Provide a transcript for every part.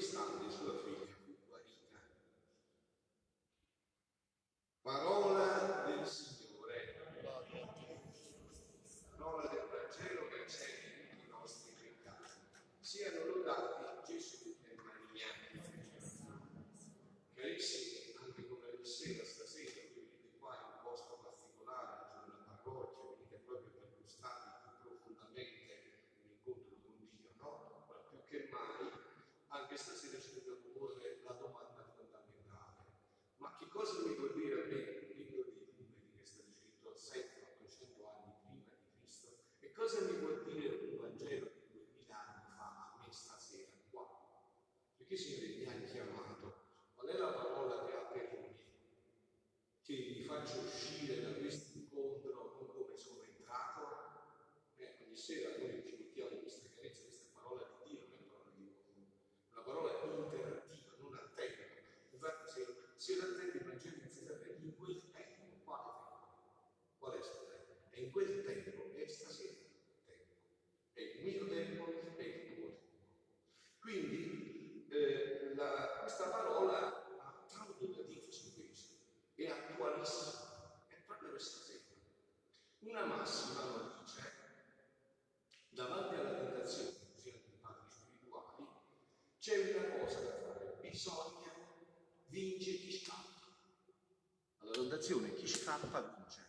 istante sua figlia fu guarita. Parola del Signore, parola del Vangelo che cancelli tutti i nostri peccati. Siano lodati Gesù e Maria. Carissimi, anche come sera stasera, voi venite qua in un posto particolare, cioè nella parrocchia, venite proprio per gustare più profondamente un incontro con Dio, no? Ma più che mai, anche stasera ci dobbiamo porre la domanda fondamentale. Ma che cosa mi vuol dire a me il libro dei numeri che sta scritto 700-800 anni prima di Cristo? E cosa mi vuol dire un Vangelo di 2000 anni fa a me stasera qua? Perché Signore mi ha chiamato. Qual è la parola che ha per me? Che vi faccio uscire da questo incontro non come sono entrato? Ogni sera noi ci mettiamo questa carezza, questa parola di Dio, non è parola di uomo, una parola interattiva, non a tempo. Infatti se era a tempo il Vangelo inizia sempre in quel tempo. Quale tempo? Qual è questo tempo? È in quel tempo, è stasera tempo. È il mio tempo, è il tuo tempo. Quindi questa parola ha tanto da dirci questo, è attualissima, è proprio questa sera. Una massima lo dice, davanti alla tentazione, così anche i padri spirituali, c'è una cosa da fare, bisogna vincere chi scappa. Alla tentazione chi scappa vince.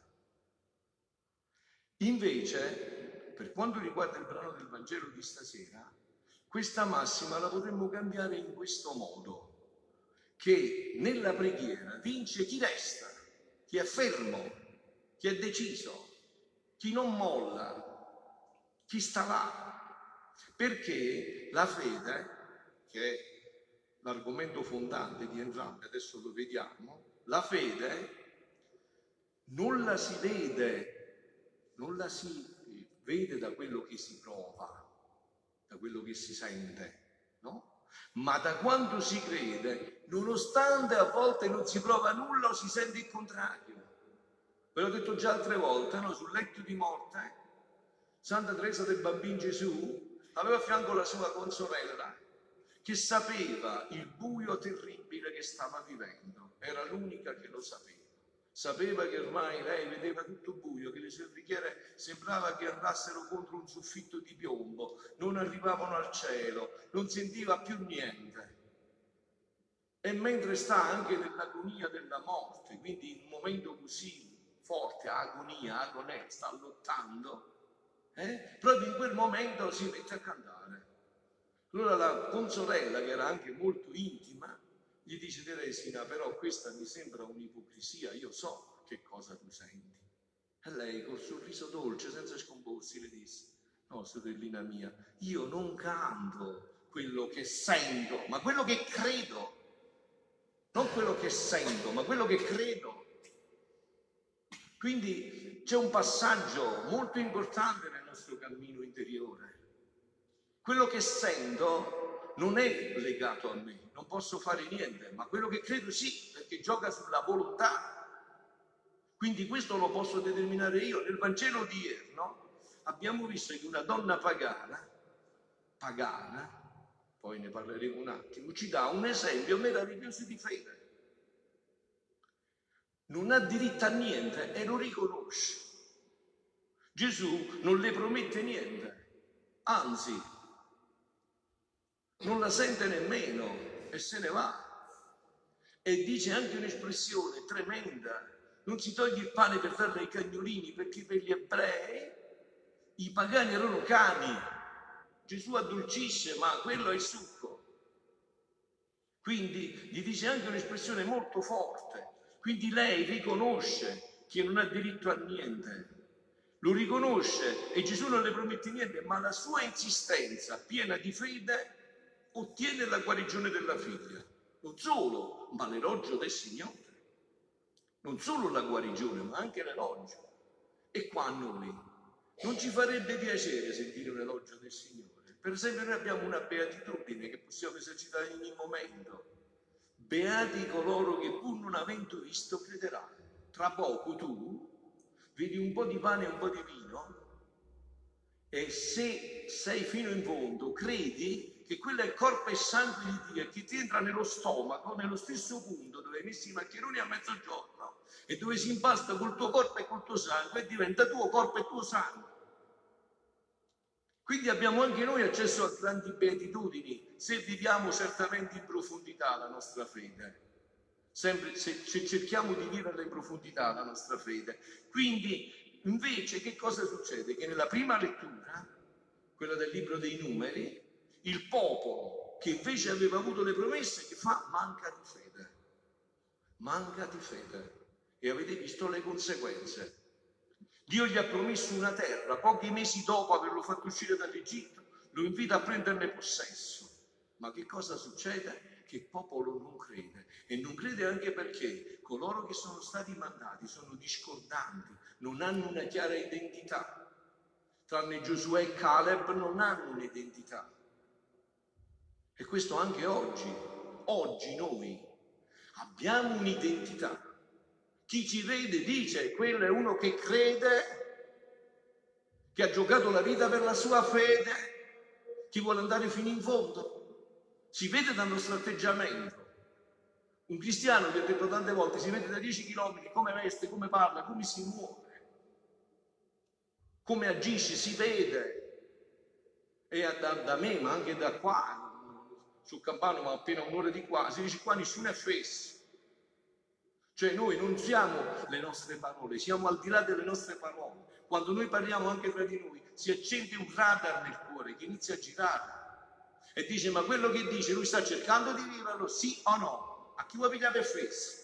Invece, per quanto riguarda il brano del Vangelo di stasera, questa massima la potremmo cambiare in questo modo, che nella preghiera vince chi resta, chi è fermo, chi è deciso, chi non molla, chi sta là. Perché la fede, che è l'argomento fondante di entrambi, adesso lo vediamo, la fede non la si vede da quello che si prova, da quello che si sente, no? Ma da quanto si crede, nonostante a volte non si prova nulla o si sente il contrario. Ve l'ho detto già altre volte, no? Sul letto di morte, Santa Teresa del Bambino Gesù aveva a fianco la sua consorella, che sapeva il buio terribile che stava vivendo, era l'unica che lo sapeva. Sapeva che ormai lei vedeva tutto buio, che le sorrichiere sembrava che andassero contro un soffitto di piombo, non arrivavano al cielo, non sentiva più niente. E mentre sta anche nell'agonia della morte, quindi in un momento così forte, agonia, sta lottando, proprio in quel momento si mette a cantare. Allora la consorella, che era anche molto intima, gli dice: Teresina, però questa mi sembra un'ipocrisia, io so che cosa tu senti. E lei col sorriso dolce, senza scomporsi, le disse: no, sorellina mia, io non canto quello che sento, ma quello che credo. Non quello che sento, ma quello che credo. Quindi c'è un passaggio molto importante nel nostro cammino interiore. Quello che sento non è legato a me, non posso fare niente, ma quello che credo sì, perché gioca sulla volontà. Quindi questo lo posso determinare io. Nel Vangelo odierno abbiamo visto che una donna pagana, poi ne parleremo un attimo, ci dà un esempio meraviglioso di fede. Non ha diritto a niente e lo riconosce. Gesù non le promette niente, anzi, non la sente nemmeno e se ne va. E dice anche un'espressione tremenda: non si toglie il pane per darlo ai cagnolini, perché per gli ebrei i pagani erano cani. Gesù addolcisce, ma quello è il succo. Quindi gli dice anche un'espressione molto forte. Quindi lei riconosce che non ha diritto a niente, lo riconosce e Gesù non le promette niente, ma la sua insistenza piena di fede ottiene la guarigione della figlia. Non solo, ma l'elogio del Signore. Non solo la guarigione, ma anche l'elogio. E qua a noi non ci farebbe piacere sentire un elogio del Signore. Per esempio, noi abbiamo una beatitudine che possiamo esercitare in ogni momento. Beati coloro che pur non avendo visto crederanno. Tra poco tu vedi un po' di pane e un po' di vino e se sei fino in fondo, credi, che quello è corpo e sangue di Dio, che ti entra nello stomaco, nello stesso punto dove hai messo i maccheroni a mezzogiorno e dove si impasta col tuo corpo e col tuo sangue e diventa tuo corpo e tuo sangue. Quindi abbiamo anche noi accesso a grandi beatitudini se viviamo certamente in profondità la nostra fede, sempre se cerchiamo di vivere in profondità la nostra fede. Quindi invece che cosa succede? Che nella prima lettura, quella del libro dei Numeri, il popolo che invece aveva avuto le promesse, che fa? Manca di fede. Manca di fede. E avete visto le conseguenze. Dio gli ha promesso una terra, pochi mesi dopo averlo fatto uscire dall'Egitto, lo invita a prenderne possesso. Ma che cosa succede? Che il popolo non crede. E non crede anche perché coloro che sono stati mandati sono discordanti, non hanno una chiara identità. Tranne Giosuè e Caleb non hanno un'identità. E questo anche oggi. Oggi noi abbiamo un'identità. Chi ci vede dice, quello è uno che crede, che ha giocato la vita per la sua fede, che vuole andare fino in fondo. Si vede dal nostro atteggiamento. Un cristiano, vi ho detto tante volte, si vede da 10 chilometri come veste, come parla, come si muove, come agisce, si vede. E da me, ma anche da qua, sul Campano, ma appena un'ora di qua, si dice qua nessuno è fesso. Cioè noi non siamo le nostre parole, siamo al di là delle nostre parole. Quando noi parliamo anche tra di noi, si accende un radar nel cuore che inizia a girare e dice, ma quello che dice, lui sta cercando di viverlo, sì o no? A chi vuoi pigliare per fesso?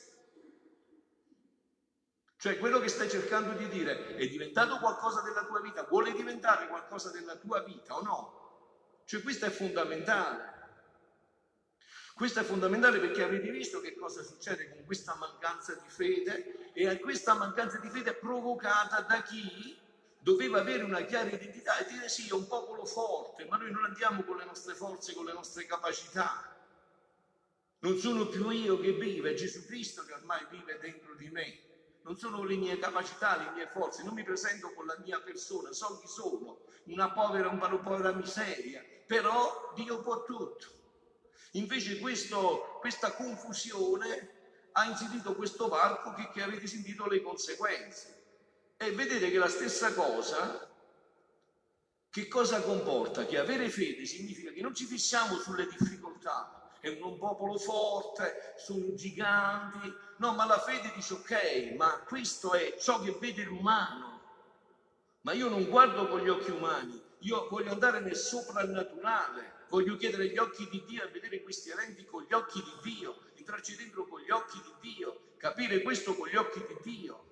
Cioè quello che stai cercando di dire è diventato qualcosa della tua vita, vuole diventare qualcosa della tua vita o no? Cioè questo è fondamentale. Questo è fondamentale perché avete visto che cosa succede con questa mancanza di fede, e questa mancanza di fede è provocata da chi doveva avere una chiara identità e dire sì, è un popolo forte, ma noi non andiamo con le nostre forze, con le nostre capacità. Non sono più io che vive, è Gesù Cristo che ormai vive dentro di me. Non sono le mie capacità, le mie forze, non mi presento con la mia persona, so chi sono, una povera miseria, però Dio può tutto. Invece questa confusione ha inserito questo varco che avete sentito le conseguenze. E vedete che la stessa cosa, che cosa comporta? Che avere fede significa che non ci fissiamo sulle difficoltà, è un popolo forte, sono giganti, no, ma la fede dice ok, ma questo è ciò che vede l'umano, ma io non guardo con gli occhi umani, io voglio andare nel soprannaturale. Voglio chiedere agli occhi di Dio a vedere questi eventi con gli occhi di Dio, entrarci dentro con gli occhi di Dio, capire questo con gli occhi di Dio.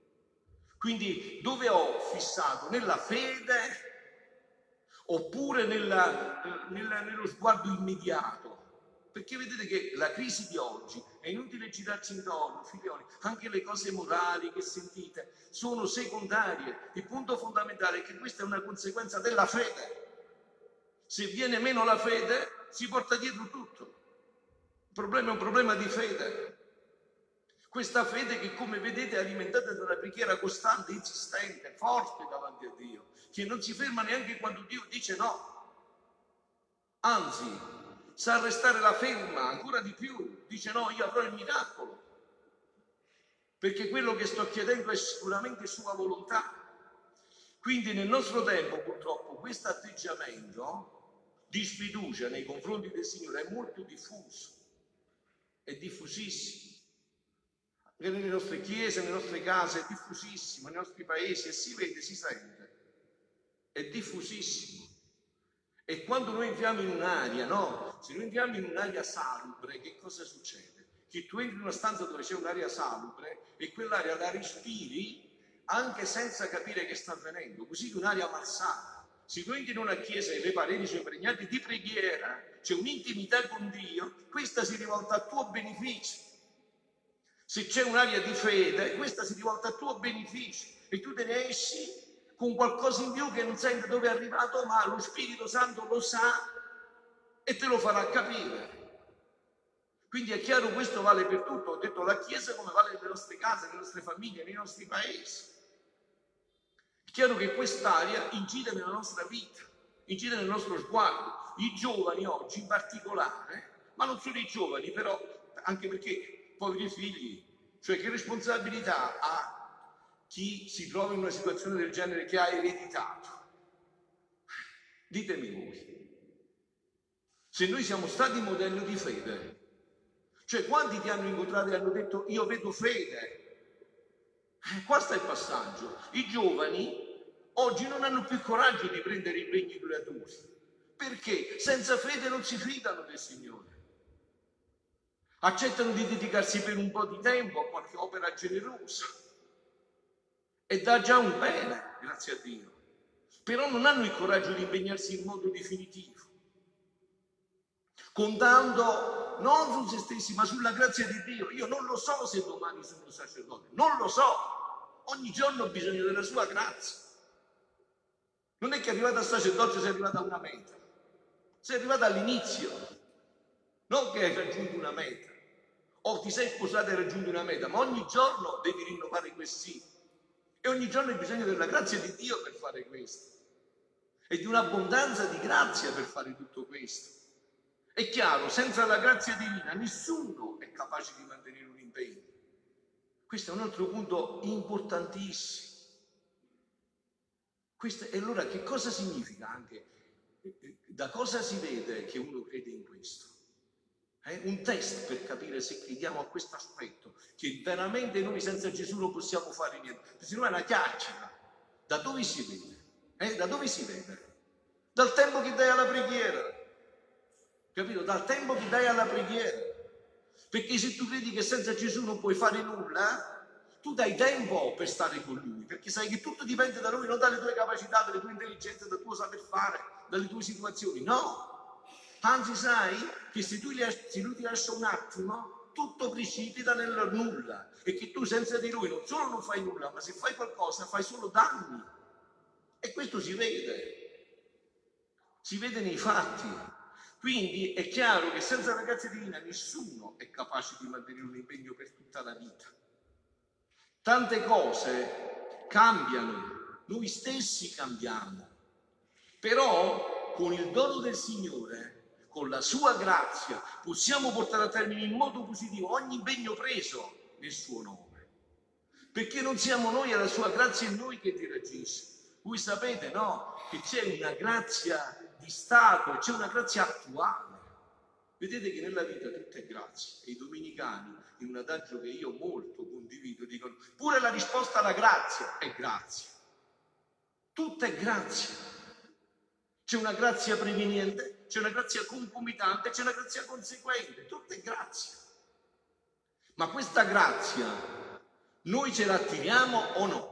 Quindi dove ho fissato? Nella fede oppure nello sguardo immediato? Perché vedete che la crisi di oggi, è inutile girarci intorno, figlioli, anche le cose morali che sentite sono secondarie. Il punto fondamentale è che questa è una conseguenza della fede. Se viene meno la fede, si porta dietro tutto. Il problema è un problema di fede. Questa fede che, come vedete, è alimentata da una preghiera costante, insistente, forte davanti a Dio, che non si ferma neanche quando Dio dice no. Anzi, sa restare la ferma ancora di più. Dice no, io avrò il miracolo. Perché quello che sto chiedendo è sicuramente sua volontà. Quindi nel nostro tempo, purtroppo, questo atteggiamento di sfiducia nei confronti del Signore è molto diffuso, è diffusissimo. Nelle nostre chiese, nelle nostre case è diffusissimo, nei nostri paesi, e si vede, si sente, è diffusissimo. E quando noi entriamo in un'area, no? Se noi entriamo in un'area salubre, che cosa succede? Che tu entri in una stanza dove c'è un'area salubre e quell'area la respiri anche senza capire che sta avvenendo, così un'area malsana. Se tu entri in una chiesa e le pareti sono impregnate di preghiera, c'è un'intimità con Dio, questa si rivolta a tuo beneficio. Se c'è un'area di fede, questa si rivolta a tuo beneficio e tu te ne esci con qualcosa in più che non sai da dove è arrivato, ma lo Spirito Santo lo sa e te lo farà capire. Quindi è chiaro, questo vale per tutto. Ho detto la Chiesa come vale nelle nostre case, nelle nostre famiglie, nei nostri paesi. È chiaro che quest'area incide nella nostra vita, incide nel nostro sguardo, i giovani oggi in particolare, ma non solo i giovani, però anche perché poveri figli, cioè che responsabilità ha chi si trova in una situazione del genere che ha ereditato? Ditemi voi. Se noi siamo stati modello di fede, cioè quanti ti hanno incontrato e hanno detto io vedo fede? Qua sta il passaggio. I giovani oggi non hanno più coraggio di prendere impegni duraturi. Perché? Senza fede non si fidano del Signore. Accettano di dedicarsi per un po' di tempo a qualche opera generosa e dà già un bene, grazie a Dio. Però non hanno il coraggio di impegnarsi in modo definitivo, contando non su se stessi ma sulla grazia di Dio. Io non lo so se domani sono sacerdote, non lo so. Ogni giorno ho bisogno della sua grazia. Non è che arrivata al sacerdozio sei arrivata a una meta, sei arrivata all'inizio, non che hai raggiunto una meta o ti sei sposato e hai raggiunto una meta, ma ogni giorno devi rinnovare i questi e ogni giorno hai bisogno della grazia di Dio per fare questo e di un'abbondanza di grazia per fare tutto questo. È chiaro, senza la grazia divina nessuno è capace di mantenere un impegno. Questo è un altro punto importantissimo. E allora che cosa significa anche? Da cosa si vede che uno crede in questo? Un test per capire se crediamo a questo aspetto, che veramente noi senza Gesù non possiamo fare niente. Se no è una chiacchiera. Da dove si vede? Da dove si vede? Dal tempo che dai alla preghiera. Capito? Dal tempo che dai alla preghiera. Perché se tu credi che senza Gesù non puoi fare nulla, tu dai tempo per stare con Lui, perché sai che tutto dipende da Lui, non dalle tue capacità, dalle tue intelligenze, dal tuo saper fare, dalle tue situazioni. No! Anzi sai che se Lui ti lascia un attimo, tutto precipita nel nulla e che tu senza di Lui non solo non fai nulla, ma se fai qualcosa fai solo danni. E questo si vede nei fatti. Quindi è chiaro che senza la grazia divina nessuno è capace di mantenere un impegno per tutta la vita. Tante cose cambiano, noi stessi cambiamo, però con il dono del Signore, con la sua grazia, possiamo portare a termine in modo positivo ogni impegno preso nel suo nome. Perché non siamo noi, è la sua grazia in noi che interagisce. Voi sapete, no? Che c'è una grazia di Stato, c'è una grazia attuale. Vedete che nella vita tutto è grazia. E i domenicani, in un adagio che io molto condivido, dicono pure la risposta alla grazia è grazia. Tutto è grazia. C'è una grazia preveniente, c'è una grazia concomitante, c'è una grazia conseguente. Tutto è grazia. Ma questa grazia noi ce la attiriamo o no?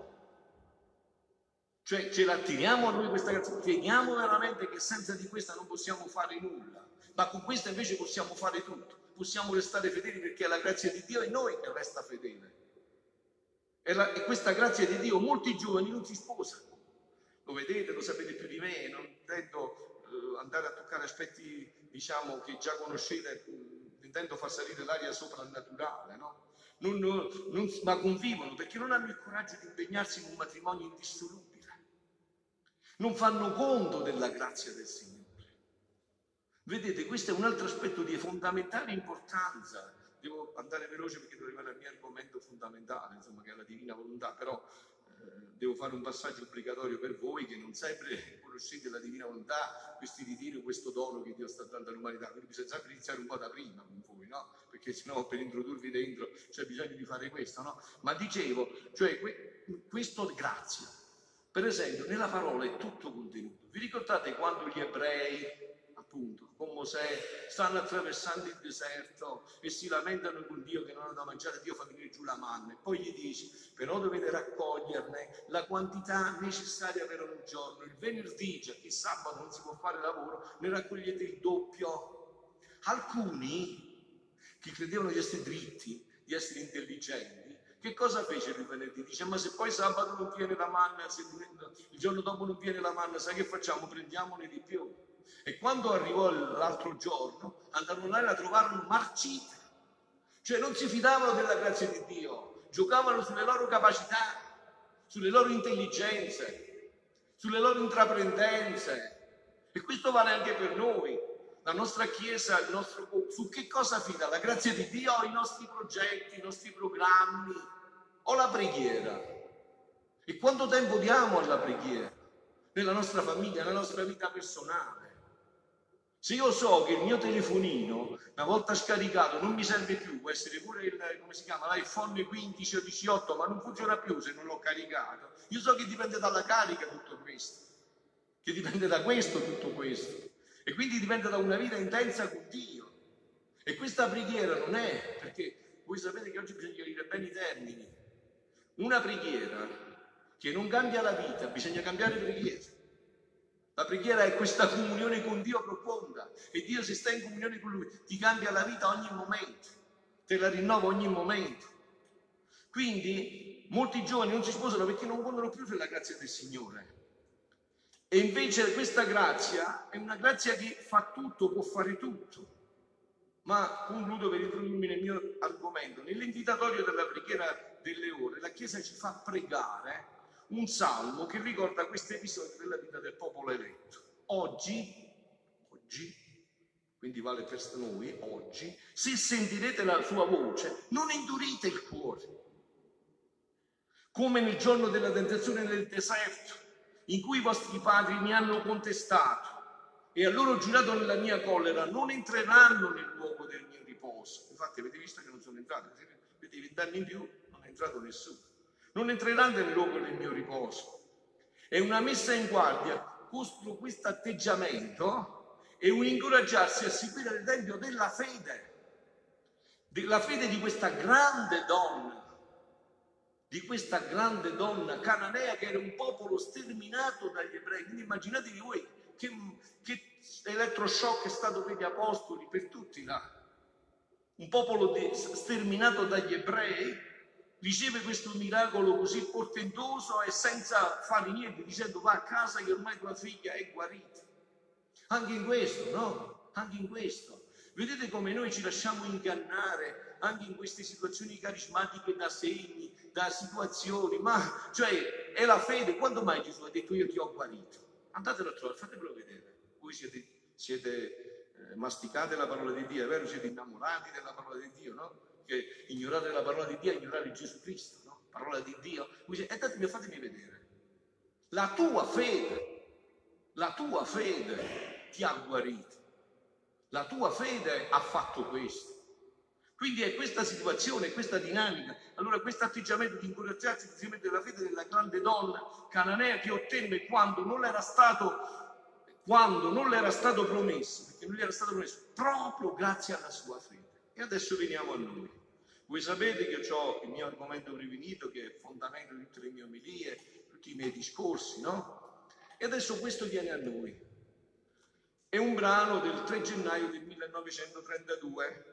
Cioè ce la attiriamo a noi questa grazia? Crediamo veramente che senza di questa non possiamo fare nulla, ma con questa invece possiamo fare tutto, possiamo restare fedeli perché è la grazia di Dio e noi che resta fedele. E questa grazia di Dio molti giovani non si sposano, lo vedete, lo sapete più di me, non intendo andare a toccare aspetti diciamo che già conoscete, intendo far salire l'aria soprannaturale, no? Ma convivono perché non hanno il coraggio di impegnarsi in un matrimonio indissolubile. Non fanno conto della grazia del Signore. Vedete, questo è un altro aspetto di fondamentale importanza. Devo andare veloce perché devo arrivare al mio argomento fondamentale, insomma, che è la divina volontà, però devo fare un passaggio obbligatorio per voi che non sempre conoscete la divina volontà, questi ritiri, questo dono che Dio sta dando all'umanità, quindi bisogna sempre iniziare un po' da prima con voi, no? Perché sennò per introdurvi dentro c'è bisogno di fare questo, no? Ma dicevo, cioè questo grazia. Per esempio, nella parola è tutto contenuto. Vi ricordate quando gli ebrei, appunto, con Mosè, stanno attraversando il deserto e si lamentano con Dio che non hanno da mangiare, Dio fa venire giù la manna e poi gli dice, però dovete raccoglierne la quantità necessaria per ogni giorno. Il venerdì, già che sabato non si può fare lavoro, ne raccogliete il doppio. Alcuni, che credevano di essere dritti, di essere intelligenti, che cosa fecero il venerdì? Dice, ma se poi sabato non viene la manna, se il giorno dopo non viene la manna, sai che facciamo? Prendiamone di più. E quando arrivò l'altro giorno, andarono là e la trovarono marcita. Cioè non si fidavano della grazia di Dio, giocavano sulle loro capacità, sulle loro intelligenze, sulle loro intraprendenze. E questo vale anche per noi. La nostra Chiesa, su che cosa fida? La grazia di Dio o i nostri progetti, i nostri programmi o la preghiera? E quanto tempo diamo alla preghiera? Nella nostra famiglia, nella nostra vita personale. Se io so che il mio telefonino, una volta scaricato, non mi serve più, può essere pure come si chiama, l'iPhone 15 o 18, ma non funziona più se non l'ho caricato, io so che dipende dalla carica tutto questo, che dipende da questo tutto questo, e quindi dipende da una vita intensa con Dio. E questa preghiera non è, perché voi sapete che oggi bisogna dire bene i termini, una preghiera che non cambia la vita, bisogna cambiare preghiera. La preghiera è questa comunione con Dio profonda, e Dio, se stai in comunione con Lui, ti cambia la vita ogni momento, te la rinnova ogni momento. Quindi molti giovani non si sposano perché non contano più sulla grazia del Signore. E invece questa grazia è una grazia che fa tutto, può fare tutto. Ma concludo per introdurmi nel mio argomento. Nell'invitatorio della preghiera delle ore, la Chiesa ci fa pregare un salmo che ricorda questo episodio della vita del popolo eletto. Oggi, quindi vale per noi, oggi, se sentirete la sua voce, non indurite il cuore, come nel giorno della tentazione nel deserto, in cui i vostri padri mi hanno contestato e a loro giurato nella mia collera, non entreranno nel luogo del mio riposo. Infatti avete visto che non sono entrati, avete 20 anni in più, non è entrato nessuno. Non entreranno nel luogo del mio riposo. È una messa in guardia contro questo atteggiamento e un incoraggiarsi a seguire l'esempio della fede di questa grande donna cananea, che era un popolo sterminato dagli ebrei. Quindi immaginatevi voi che elettroshock è stato per gli apostoli, per tutti là. Un popolo sterminato dagli ebrei riceve questo miracolo così portentoso e senza fare niente, dicendo: va a casa che ormai tua figlia è guarita. Anche in questo, no? Anche in questo. Vedete come noi ci lasciamo ingannare anche in queste situazioni carismatiche da segni, da situazioni, ma cioè è la fede. Quando mai Gesù ha detto: io ti ho guarito? Andatelo a trovare, fatelo vedere. Voi siete masticate la parola di Dio, è vero? Siete innamorati della parola di Dio, no? Che ignorare la parola di Dio è ignorare Gesù Cristo, no? Parola di Dio. Voi dite: fatemi vedere. La tua fede ti ha guarito. La tua fede ha fatto questo. Quindi è questa situazione, questa dinamica. Allora questo atteggiamento di incoraggiarsi insieme della fede della grande donna cananea, che ottenne quando non le era stato promesso, perché non gli era stato promesso, proprio grazie alla sua fede. E adesso veniamo a noi. Voi sapete che ho il mio argomento prefinito, che è fondamento di tutte le mie omelie, tutti i miei discorsi, no? E adesso questo viene a noi. È un brano del 3 gennaio del 1932.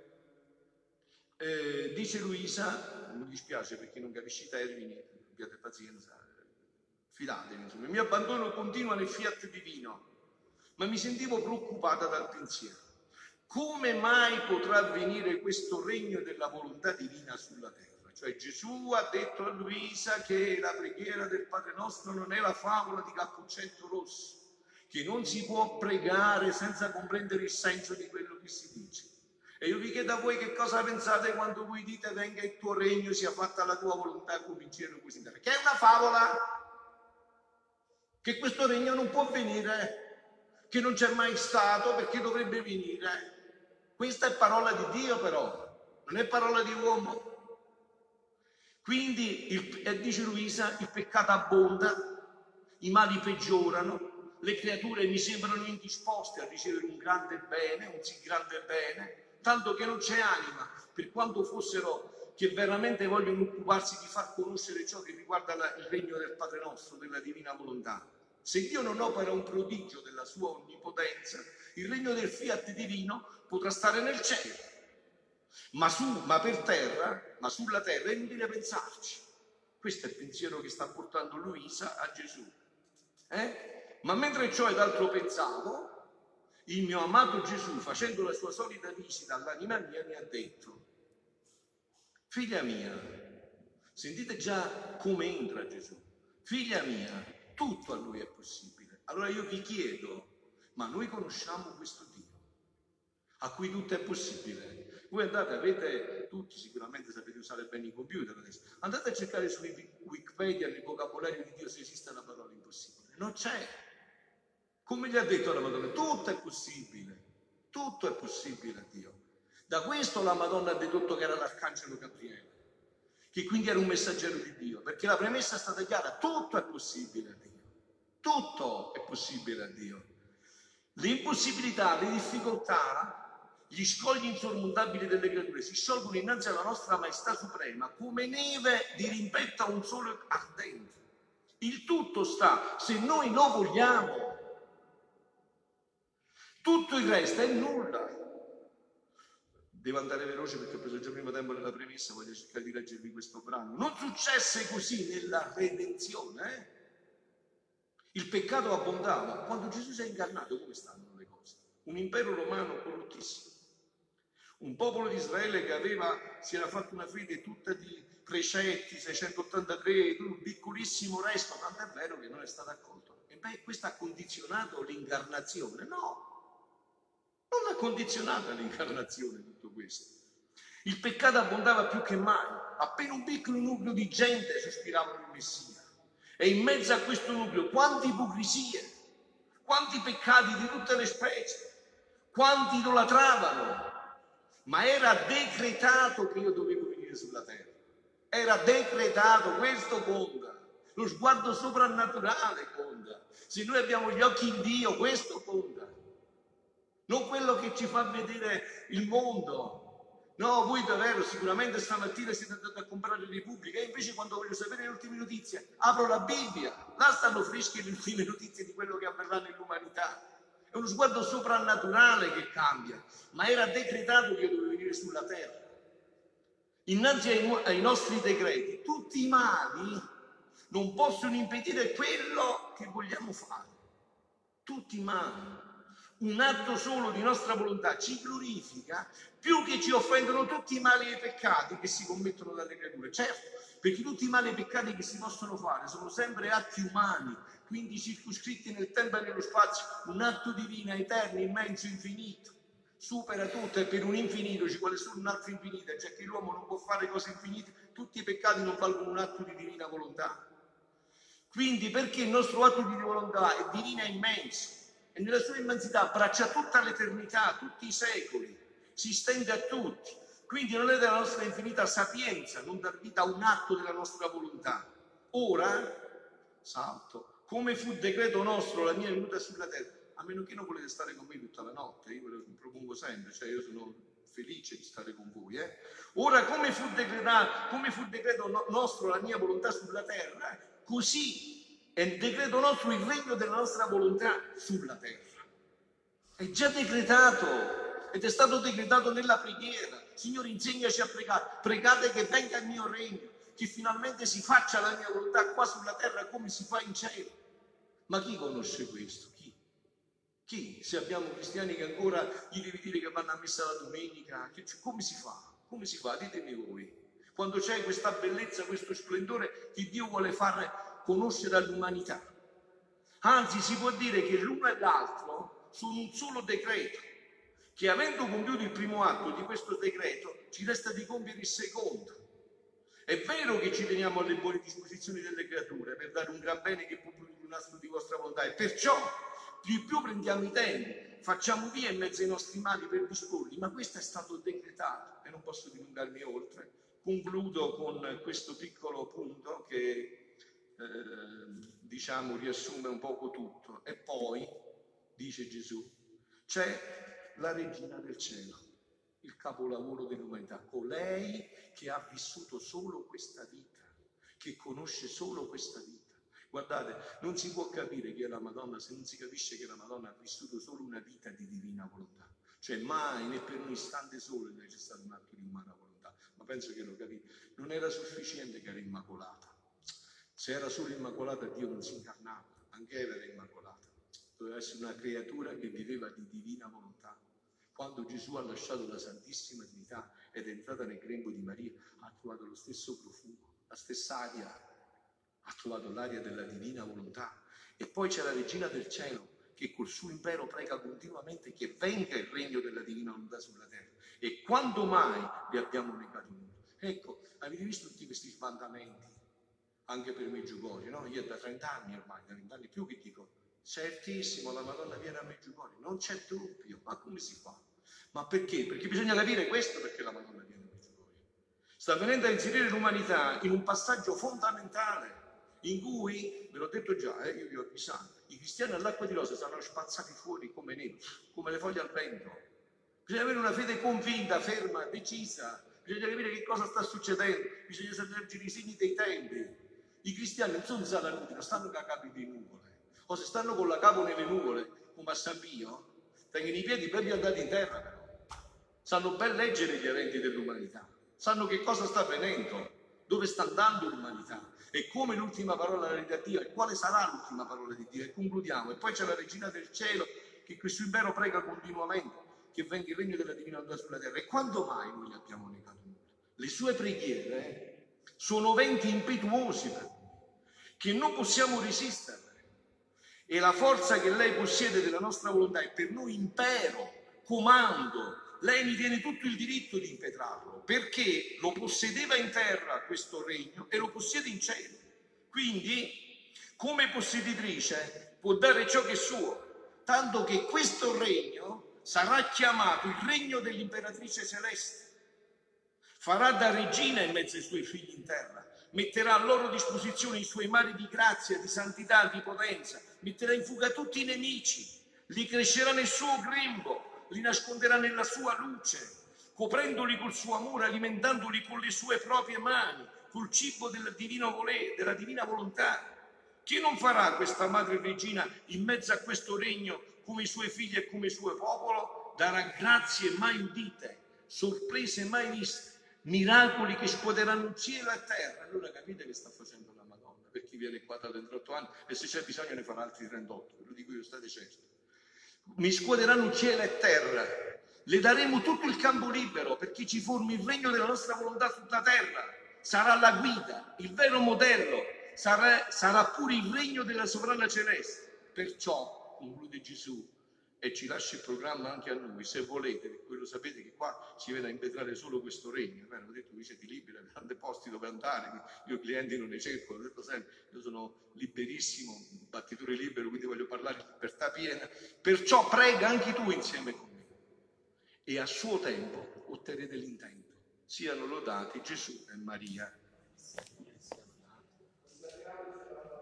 Dice Luisa, mi dispiace perché non capisci i termini, abbiate pazienza, fidatevi, insomma. Il mio abbandono continua nel fiat divino, ma mi sentivo preoccupata dal pensiero. Come mai potrà avvenire questo regno della volontà divina sulla terra? Cioè Gesù ha detto a Luisa che la preghiera del Padre Nostro non è la favola di Cappuccetto Rosso, che non si può pregare senza comprendere il senso di quello che si dice. E io vi chiedo a voi che cosa pensate quando voi dite: venga il tuo regno, sia fatta la tua volontà come in cielo così in terra. Che è una favola, che questo regno non può venire, che non c'è mai stato, perché dovrebbe venire. Questa è parola di Dio, però non è parola di uomo. Quindi dice Luisa: il peccato abbonda, i mali peggiorano, le creature mi sembrano indisposte a ricevere un grande bene, un sì grande bene, tanto che non c'è anima, per quanto fossero che veramente vogliono occuparsi di far conoscere ciò che riguarda il regno del Padre Nostro, della divina volontà. Se Dio non opera un prodigio della sua onnipotenza, il regno del fiat divino potrà stare nel cielo, ma per terra, ma sulla terra è inutile pensarci. Questo è il pensiero che sta portando Luisa a Gesù. Ma mentre ciò ed altro pensavo, il mio amato Gesù, facendo la sua solita visita all'anima mia, mi ha detto: figlia mia, sentite già come entra Gesù, figlia mia, tutto a lui è possibile. Allora io vi chiedo, ma noi conosciamo questo Dio, a cui tutto è possibile. Voi andate, avete, tutti sicuramente sapete usare bene i computer adesso, andate a cercare su Wikipedia nel vocabolario di Dio se esiste una parola impossibile. Non c'è. Come gli ha detto la Madonna, tutto è possibile a Dio. Da questo la Madonna ha dedotto che era l'arcangelo Gabriele, che quindi era un messaggero di Dio, perché la premessa è stata chiara, tutto è possibile a Dio. Tutto è possibile a Dio. Le impossibilità, le difficoltà, gli scogli insormontabili delle creature si sciolgono innanzi alla nostra maestà suprema come neve di rimpetto a un sole ardente. Il tutto sta, se noi lo vogliamo. Tutto il resto è nulla. Devo andare veloce perché ho preso già prima tempo nella premessa, voglio cercare di leggervi questo brano. Non successe così nella redenzione. Il peccato abbondava. Quando Gesù si è incarnato, come stanno le cose? Un impero romano corrottissimo. Un popolo di Israele che si era fatto una fede tutta di precetti, 683, un piccolissimo resto, tanto è vero che non è stato accolto. E beh, questo ha condizionato l'incarnazione? No, non ha condizionato l'incarnazione tutto questo. Il peccato abbondava più che mai, appena un piccolo nucleo di gente sospiravano il Messia. E in mezzo a questo nucleo quante ipocrisie, quanti peccati di tutte le specie, quanti idolatravano. Ma era decretato che io dovevo venire sulla terra. Era decretato, questo conta. Lo sguardo soprannaturale conta. Se noi abbiamo gli occhi in Dio, questo conta. Non quello che ci fa vedere il mondo. No, voi davvero sicuramente stamattina siete andati a comprare Repubblica e invece quando voglio sapere le ultime notizie apro la Bibbia. Là stanno fresche le ultime notizie di quello che avverrà nell'umanità. È uno sguardo soprannaturale che cambia, ma era decretato che io dovevo venire sulla terra. Innanzi ai nostri decreti, tutti i mali non possono impedire quello che vogliamo fare. Tutti i mali. Un atto solo di nostra volontà ci glorifica più che ci offendono tutti i mali e i peccati che si commettono dalle creature. Certo, perché tutti i mali e i peccati che si possono fare sono sempre atti umani, quindi circoscritti nel tempo e nello spazio, un atto divino, eterno, immenso, infinito, supera tutto e per un infinito ci vuole solo un altro infinito, cioè che l'uomo non può fare cose infinite, tutti i peccati non valgono un atto di divina volontà. Quindi perché il nostro atto di volontà è divino e immenso e nella sua immensità abbraccia tutta l'eternità, tutti i secoli, si stende a tutti, quindi non è della nostra infinita sapienza non dar vita a un atto della nostra volontà. Ora, salto, come fu decreto nostro la mia venuta sulla terra, a meno che non volete stare con me tutta la notte, io ve lo propongo sempre, cioè io sono felice di stare con voi. Ora, come fu decreto nostro la mia volontà sulla terra, così è il decreto nostro il regno della nostra volontà sulla terra. È già decretato ed è stato decretato nella preghiera. Signore, insegnaci a pregare, pregate che venga il mio regno, che finalmente si faccia la mia volontà qua sulla terra come si fa in cielo. Ma chi conosce questo? Chi? Se abbiamo cristiani che ancora gli devi dire che vanno a messa la domenica, come si fa? Come si fa? Ditemi voi. Quando c'è questa bellezza, questo splendore che Dio vuole far conoscere all'umanità. Anzi, si può dire che l'uno e l'altro sono un solo decreto, che avendo compiuto il primo atto di questo decreto, ci resta di compiere il secondo. È vero che ci teniamo alle buone disposizioni delle creature per dare un gran bene che può produrre un atto di vostra volontà e perciò più prendiamo i tempi, facciamo via in mezzo ai nostri mali per disporli, ma questo è stato decretato e non posso dilungarmi oltre. Concludo con questo piccolo punto che riassume un poco tutto. E poi, dice Gesù, c'è la regina del cielo, il capolavoro dell'umanità, colei che ha vissuto solo questa vita, che conosce solo questa vita. Guardate, non si può capire chi è la Madonna se non si capisce che la Madonna ha vissuto solo una vita di divina volontà. Cioè mai, né per un istante solo c'è stato un atto di umana volontà. Ma penso che lo capite. Non era sufficiente che era immacolata. Se era solo immacolata Dio non si incarnava, anche Eva era immacolata. Doveva essere una creatura che viveva di divina volontà. Quando Gesù ha lasciato la Santissima Trinità ed è entrata nel grembo di Maria, ha trovato lo stesso profumo, la stessa aria. Ha trovato l'aria della divina volontà. E poi c'è la regina del cielo che col suo impero prega continuamente che venga il regno della divina volontà sulla terra. E quando mai vi abbiamo negato nulla? Ecco, avete visto tutti questi sbandamenti, anche per Meggiugorio, no? Io da 30 anni ormai, da 20 anni più che dico, certissimo la Madonna viene a Meggiugorio, non c'è dubbio, ma come si fa? Ma perché? Perché bisogna capire questo, perché la Madonna viene a Meggiugorio. Sta venendo a inserire l'umanità in un passaggio fondamentale, in cui, ve l'ho detto già, io vi ho avvisato, i cristiani all'acqua di rose saranno spazzati fuori come neve, come le foglie al vento. Bisogna avere una fede convinta, ferma, decisa, bisogna capire che cosa sta succedendo, bisogna sapere i segni dei tempi. I cristiani non sono salanuti, non stanno con la capo di nuvole, o se stanno con la capo nelle nuvole, come a San Pio, tengono i piedi ben piantati in terra però. Sanno ben leggere gli eventi dell'umanità, sanno che cosa sta avvenendo, dove sta andando l'umanità e come l'ultima parola di Dio e quale sarà l'ultima parola di Dio. E concludiamo. E poi c'è la Regina del Cielo che questo impero prega continuamente che venga il regno della divina volontà sulla terra. E quando mai noi gli abbiamo negato nulla? Le sue preghiere sono venti impetuosi per noi, che non possiamo resistere. E la forza che lei possiede della nostra volontà è per noi impero, comando. Lei mi tiene tutto il diritto di impetrarlo, perché lo possedeva in terra questo regno e lo possiede in cielo. Quindi, come posseditrice, può dare ciò che è suo, tanto che questo regno sarà chiamato il regno dell'imperatrice celeste. Farà da regina in mezzo ai suoi figli in terra, metterà a loro disposizione i suoi mari di grazia, di santità, di potenza, metterà in fuga tutti i nemici, li crescerà nel suo grembo, li nasconderà nella sua luce, coprendoli col suo amore, alimentandoli con le sue proprie mani, col cibo della divina volontà. Chi non farà questa madre regina in mezzo a questo regno come i suoi figli e come il suo popolo? Darà grazie mai udite, sorprese mai viste, miracoli che scuoteranno cielo e terra. Allora capite che sta facendo la Madonna per chi viene qua da 38 anni, e se c'è bisogno ne farà altri 38, ve lo dico io, state certi. Mi scuoteranno cielo e terra, le daremo tutto il campo libero perché ci formi il regno della nostra volontà sulla terra. Sarà la guida, il vero modello, sarà pure il regno della sovrana celeste. Perciò, conclude Gesù, e ci lascia il programma anche a noi, se volete, per quello sapete che qua si viene a impetrare solo questo regno. Ho detto, voi siete liberi, avete tanti posti dove andare, io clienti non ne cerco, l'ho detto sempre, io sono liberissimo, un battitore libero, quindi voglio parlare di libertà piena. Perciò prega anche tu insieme con me e a suo tempo otterrete l'intento. Siano lodati Gesù e Maria.